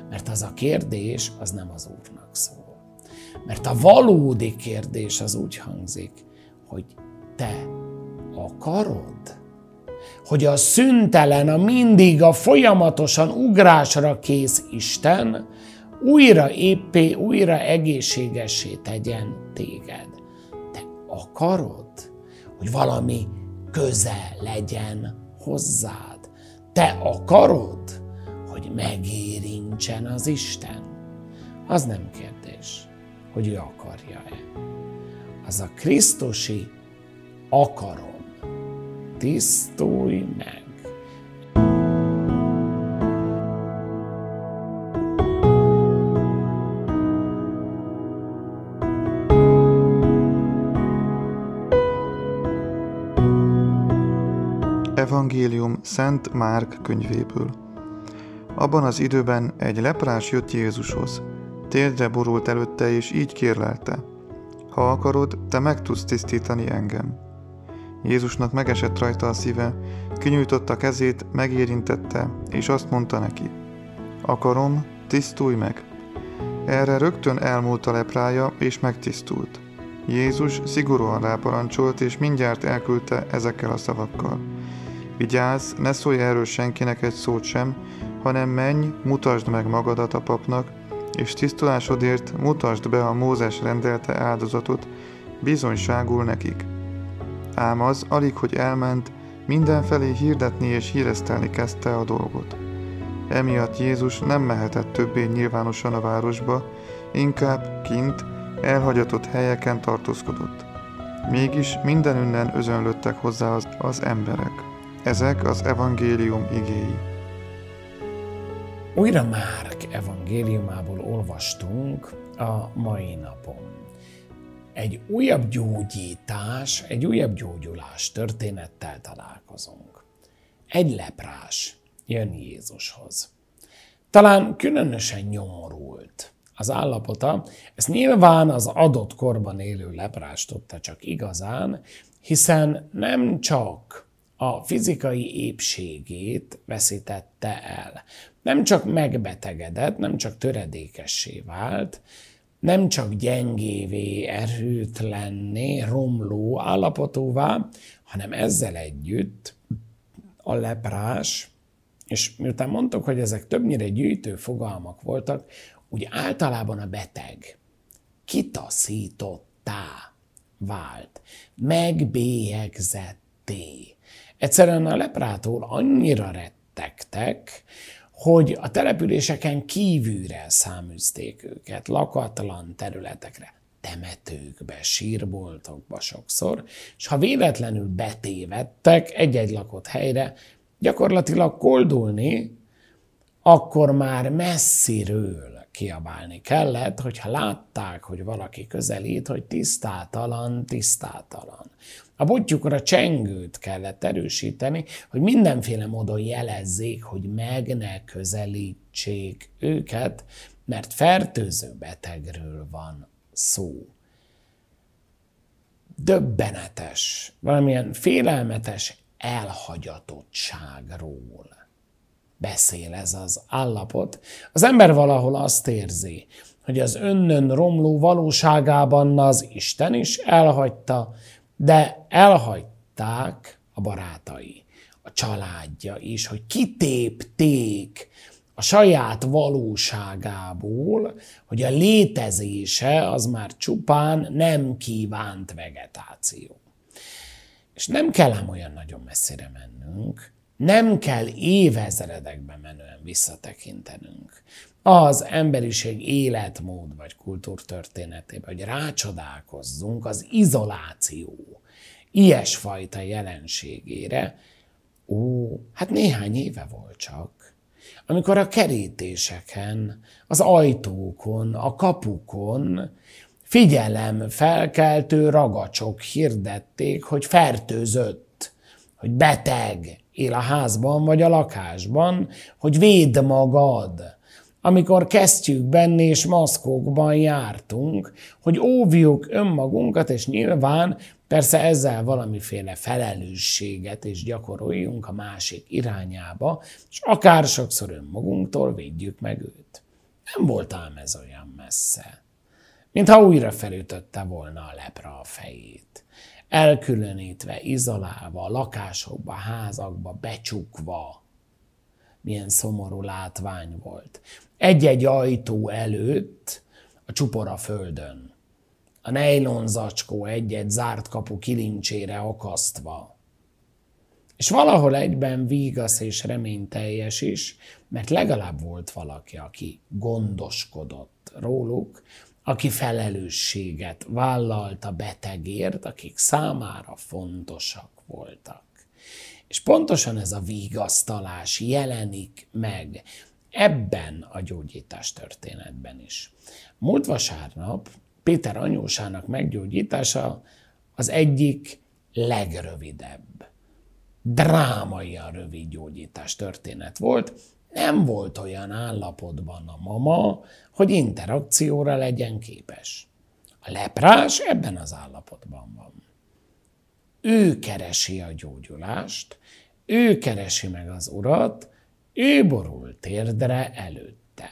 Mert az a kérdés, az nem az Úrnak szól. Mert a valódi kérdés az úgy hangzik, hogy te akarod? Hogy a szüntelen, a mindig, a folyamatosan ugrásra kész Isten újra éppé, újra egészségessé tegyen téged. Te akarod, hogy valami köze legyen hozzád? Te akarod, hogy megérintsen az Isten? Az nem kérdés, hogy ő akarja-e. Az a krisztusi akarom. Tisztulj meg! Evangélium Szent Márk könyvéből. Abban az időben egy leprás jött Jézushoz. Térdre borult előtte, és így kérlelte: ha akarod, te meg tudsz tisztítani engem. Jézusnak megesett rajta a szíve, kinyújtotta kezét, megérintette, és azt mondta neki: akarom, tisztulj meg. Erre rögtön elmúlt a leprája, és megtisztult. Jézus szigorúan ráparancsolt, és mindjárt elküldte ezekkel a szavakkal: vigyázz, ne szólj erről senkinek egy szót sem, hanem menj, mutasd meg magadat a papnak, és tisztulásodért mutasd be a Mózes rendelte áldozatot, bizonyságul nekik. Ám az, alig hogy elment, mindenfelé hirdetni és híresztelni kezdte a dolgot. Emiatt Jézus nem mehetett többé nyilvánosan a városba, inkább kint, elhagyatott helyeken tartózkodott. Mégis mindenünnen özönlöttek hozzá az emberek. Ezek az evangélium igéi. Újra Márk evangéliumából olvastunk a mai napon. Egy újabb gyógyítás, egy újabb gyógyulás történettel találkozunk. Egy leprás jön Jézushoz. Talán különösen nyomorult az állapota, ezt nyilván az adott korban élő leprás tudta csak igazán, hiszen nem csak a fizikai épségét veszítette el, nem csak megbetegedett, nem csak töredékessé vált, nem csak gyengévé, erőtlenné, romló állapotúvá, hanem ezzel együtt a leprás, és miután mondtuk, hogy ezek többnyire gyűjtő fogalmak voltak, úgy általában a beteg kitaszítottá vált, megbélyegzetté. Egyszerűen a leprától annyira rettegtek, hogy a településeken kívülre száműzték őket, lakatlan területekre, temetőkbe, sírboltokba sokszor, és ha véletlenül betévedtek egy-egy lakott helyre, gyakorlatilag koldulni, akkor már messziről kiabálni kellett, hogyha látták, hogy valaki közelít, hogy tisztátalan, tisztátalan. A botjukra csengőt kellett erősíteni, hogy mindenféle módon jelezzék, hogy meg ne közelítsék őket, mert fertőző betegről van szó. Döbbenetes, valamilyen félelmetes elhagyatottságról beszél ez az állapot. Az ember valahol azt érzi, hogy az önnön romló valóságában az Isten is elhagyta, de elhagyták a barátai, a családja is, hogy kitépték a saját valóságából, hogy a létezése az már csupán nem kívánt vegetáció. És nem kell ám olyan nagyon messzire mennünk, nem kell évezredekbe menően visszatekintenünk az emberiség életmód vagy kultúrtörténetében, hogy rácsodálkozzunk az izoláció ilyesfajta jelenségére. Hát néhány éve volt csak, amikor a kerítéseken, az ajtókon, a kapukon figyelemfelkeltő ragacsok hirdették, hogy fertőzött, hogy beteg él a házban vagy a lakásban, hogy védd magad. Amikor kesztyűkben és maszkokban jártunk, hogy óvjuk önmagunkat, és nyilván persze ezzel valamiféle felelősséget is gyakoroljunk a másik irányába, és akár sokszor önmagunktól védjük meg őt. Nem volt ám ez olyan messze, mintha újra felütötte volna a lepra a fejét. Elkülönítve, izolálva, a lakásokba, házakba, becsukva. Milyen szomorú látvány volt. Egy-egy ajtó előtt a csupor a földön. A nejlonzacskó egy-egy zárt kapu kilincsére akasztva. És valahol egyben vígasz és reményteljes is, mert legalább volt valaki, aki gondoskodott róluk, aki felelősséget vállalt a betegért, akik számára fontosak voltak. És pontosan ez a vigasztalás jelenik meg ebben a gyógyítás történetben is. Múlt vasárnap Péter anyósának meggyógyítása az egyik legrövidebb, drámaian rövid gyógyítás történet volt. Nem volt olyan állapotban a mama, hogy interakcióra legyen képes. A leprás ebben az állapotban van. Ő keresi a gyógyulást, ő keresi meg az Urat, ő borul térdre előtte.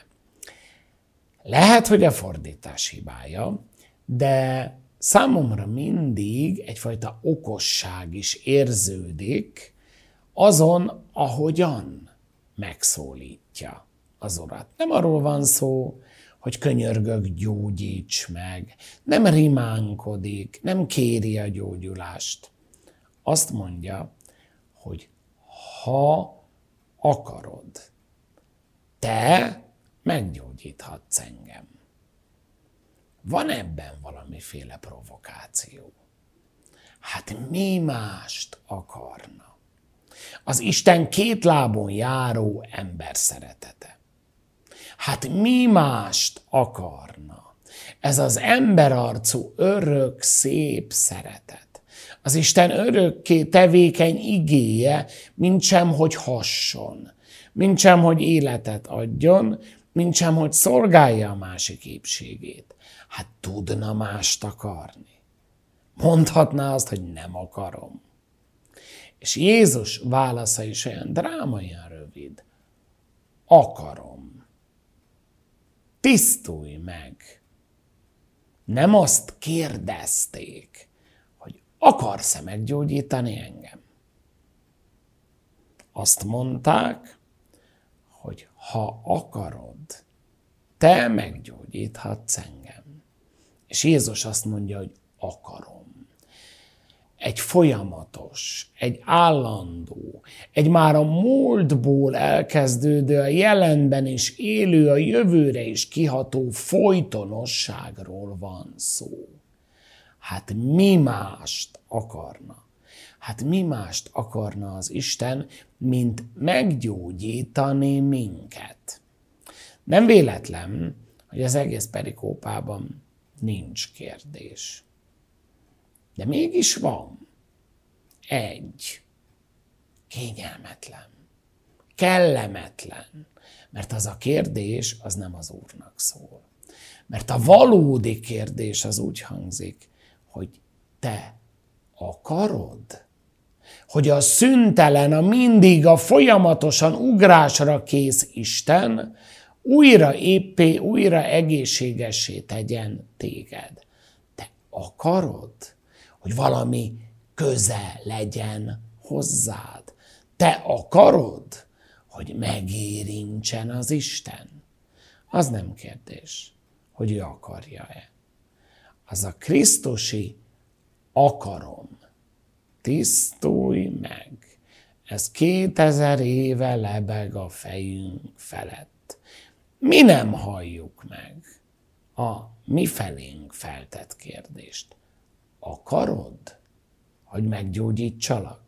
Lehet, hogy a fordítás hibája, de számomra mindig egyfajta okosság is érződik azon, ahogyan megszólítja az Urat. Nem arról van szó, hogy könyörgök, gyógyíts meg, nem rimánkodik, nem kéri a gyógyulást. Azt mondja, hogy ha akarod, te meggyógyíthatsz engem. Van ebben valamiféle provokáció. Hát mi mást akarna? Az Isten két lábon járó ember szeretete. Hát mi mást akarna? Ez az emberarcú, örök, szép szeretet. Az Isten örökké tevékeny igéje, mintsem, hogy hasson, mintsem, hogy életet adjon, mintsem, hogy szolgálja a másik épségét. Hát tudna mást akarni. Mondhatná azt, hogy nem akarom. És Jézus válasza is olyan drámaian rövid. Akarom. Tisztulj meg. Nem azt kérdezték, hogy akarsz-e meggyógyítani engem. Azt mondták, hogy ha akarod, te meggyógyíthatsz engem. És Jézus azt mondja, hogy akarom. Egy folyamatos, egy állandó, egy már a múltból elkezdődő, a jelenben is élő, a jövőre is kiható folytonosságról van szó. Hát mi mást akarna? Hát mi mást akarna az Isten, mint meggyógyítani minket? Nem véletlen, hogy az egész perikópában nincs kérdés. De mégis van egy kényelmetlen, kellemetlen, mert az a kérdés az nem az Úrnak szól. Mert a valódi kérdés az úgy hangzik, hogy te akarod? Hogy a szüntelen, a mindig, a folyamatosan ugrásra kész Isten újra éppé, újra egészségessé tegyen téged. Te akarod, hogy valami köze legyen hozzád? Te akarod, hogy megérintsen az Isten? Az nem kérdés, hogy ő akarja-e. Az a krisztusi akarom. Tisztulj meg. Ez 2000 éve lebeg a fejünk felett. Mi nem halljuk meg a mi felénk feltett kérdést. Akarod, hogy meggyógyítsalak?